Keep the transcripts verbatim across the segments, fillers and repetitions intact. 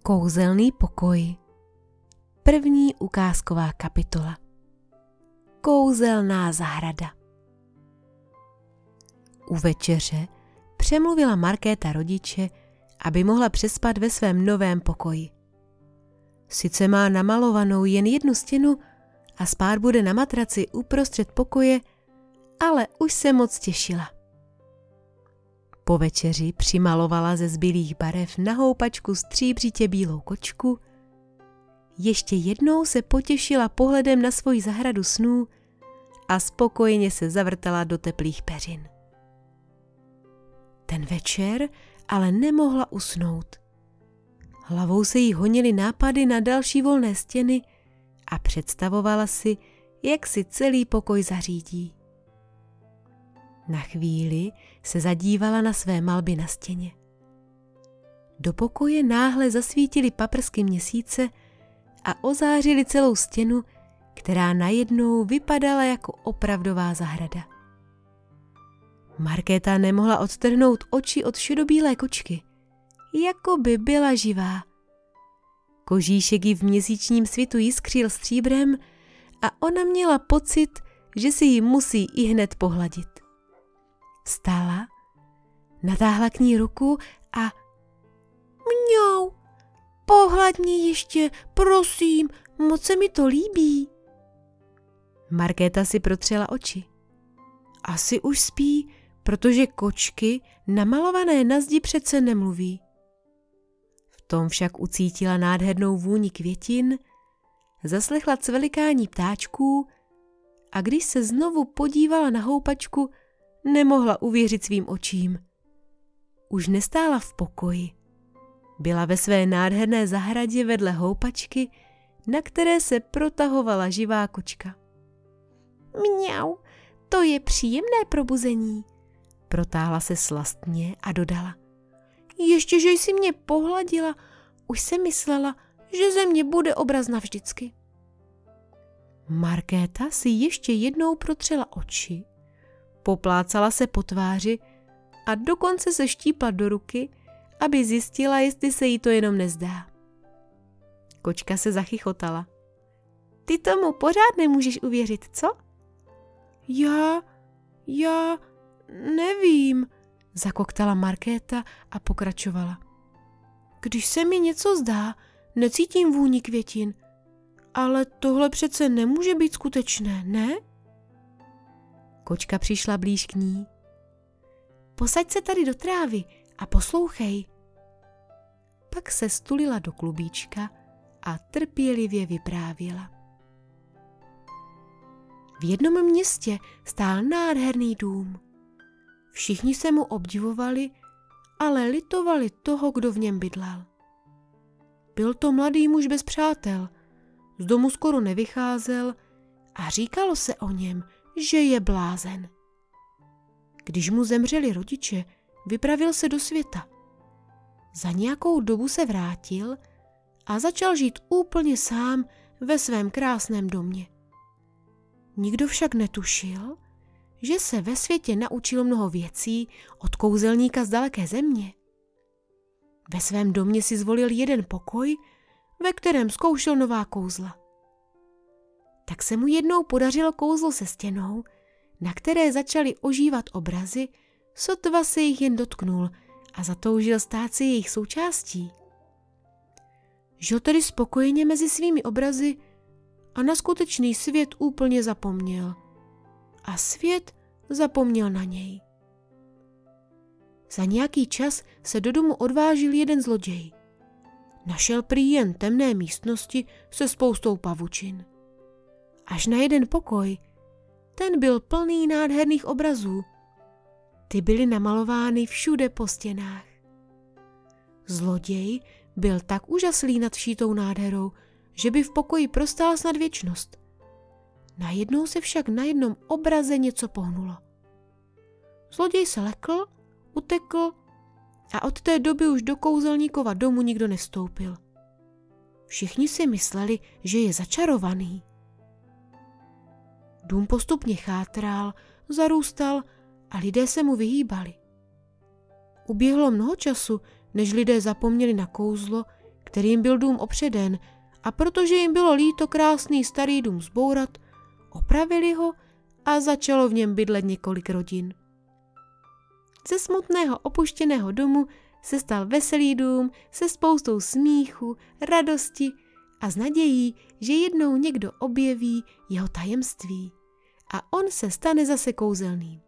Kouzelný pokoj. První ukázková kapitola. Kouzelná zahrada. U večeře přemluvila Markéta rodiče, aby mohla přespat ve svém novém pokoji. Sice má namalovanou jen jednu stěnu a spát bude na matraci uprostřed pokoje, ale už se moc těšila. Po večeři přimalovala ze zbylých barev na houpačku stříbřitě bílou kočku, ještě jednou se potěšila pohledem na svoji zahradu snů a spokojeně se zavrtala do teplých peřin. Ten večer ale nemohla usnout. Hlavou se jí honily nápady na další volné stěny a představovala si, jak si celý pokoj zařídí. Na chvíli se zadívala na své malby na stěně. Do pokoje náhle zasvítily paprsky měsíce a ozářily celou stěnu, která najednou vypadala jako opravdová zahrada. Markéta nemohla odtrhnout oči od šedobílé kočky, jako by byla živá. Kožíšek jí v měsíčním svitu jiskřil stříbrem a ona měla pocit, že si ji musí ihned pohladit. Vstala, natáhla k ní ruku a mňau, pohlad mě ještě, prosím, moc se mi to líbí. Markéta si protřela oči. Asi už spí, protože kočky namalované na zdi přece nemluví. V tom však ucítila nádhernou vůni květin, zaslechla cvelikání ptáčků a když se znovu podívala na houpačku, nemohla uvěřit svým očím. Už nestála v pokoji. Byla ve své nádherné zahradě vedle houpačky, na které se protahovala živá kočka. Mňau, to je příjemné probuzení, protáhla se slastně a dodala. Ještě, že jsi mě pohladila, už jsem myslela, že ze mě bude obraz navždycky. Markéta si ještě jednou protřela oči, poplácala se po tváři a dokonce se štípla do ruky, aby zjistila, jestli se jí to jenom nezdá. Kočka se zachychotala. Ty tomu pořád nemůžeš uvěřit, co? Já, já nevím, zakoktala Markéta a pokračovala. Když se mi něco zdá, necítím vůni květin, ale tohle přece nemůže být skutečné, ne? Kočka přišla blíž k ní. Posaď se tady do trávy a poslouchej. Pak se stulila do klubíčka a trpělivě vyprávěla. V jednom městě stál nádherný dům. Všichni se mu obdivovali, ale litovali toho, kdo v něm bydlel. Byl to mladý muž bez přátel, z domu skoro nevycházel a říkalo se o něm, že je blázen. Když mu zemřeli rodiče, vypravil se do světa. Za nějakou dobu se vrátil a začal žít úplně sám ve svém krásném domě. Nikdo však netušil, že se ve světě naučil mnoho věcí od kouzelníka z daleké země. Ve svém domě si zvolil jeden pokoj, ve kterém zkoušel nová kouzla. Tak se mu jednou podařilo kouzlo se stěnou, na které začaly ožívat obrazy, sotva se jich jen dotknul a zatoužil stát si jejich součástí. Žil tedy spokojeně mezi svými obrazy a na skutečný svět úplně zapomněl. A svět zapomněl na něj. Za nějaký čas se do domu odvážil jeden zloděj. Našel prý jen temné místnosti se spoustou pavučin. Až na jeden pokoj, ten byl plný nádherných obrazů. Ty byly namalovány všude po stěnách. Zloděj byl tak úžaslý nad vší tou nádherou, že by v pokoji prostál snad věčnost. Najednou se však na jednom obraze něco pohnulo. Zloděj se lekl, utekl a od té doby už do kouzelníkova domu nikdo nevstoupil. Všichni si mysleli, že je začarovaný. Dům postupně chátral, zarůstal a lidé se mu vyhýbali. Uběhlo mnoho času, než lidé zapomněli na kouzlo, kterým byl dům opředen, a protože jim bylo líto krásný starý dům zbourat, opravili ho a začalo v něm bydlet několik rodin. Ze smutného opuštěného domu se stal veselý dům se spoustou smíchu, radosti a s nadějí, že jednou někdo objeví jeho tajemství a on se stane zase kouzelným.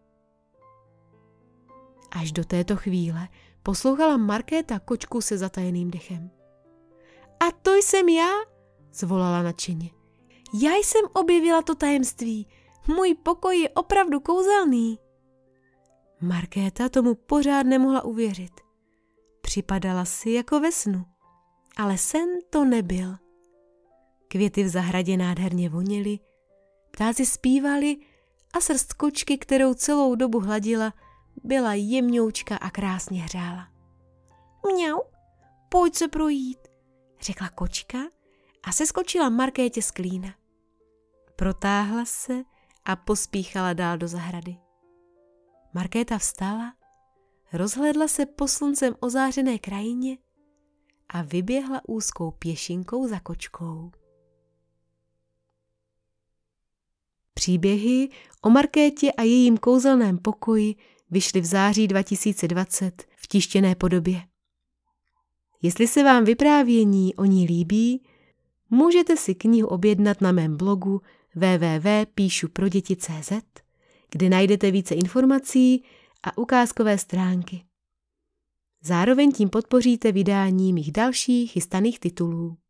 Až do této chvíle poslouchala Markéta kočku se zatajeným dechem. A to jsem já, zvolala nadšeně. Já jsem objevila to tajemství. Můj pokoj je opravdu kouzelný. Markéta tomu pořád nemohla uvěřit. Připadala si jako ve snu, ale sen to nebyl. Květy v zahradě nádherně voněly, ptáci zpívali a srst kočky, kterou celou dobu hladila, byla jemňoučka a krásně hřála. Mňau, pojď se projít, řekla kočka a seskočila Markétě z klína. Protáhla se a pospíchala dál do zahrady. Markéta vstala, rozhlédla se po sluncem ozářené krajině a vyběhla úzkou pěšinkou za kočkou. Příběhy o Markétě a jejím kouzelném pokoji vyšly v září dva tisíce dvacet v tištěné podobě. Jestli se vám vyprávění o ní líbí, můžete si knihu objednat na mém blogu w w w tečka píšu pro děti tečka cé zet, kde najdete více informací a ukázkové stránky. Zároveň tím podpoříte vydání mých dalších chystaných titulů.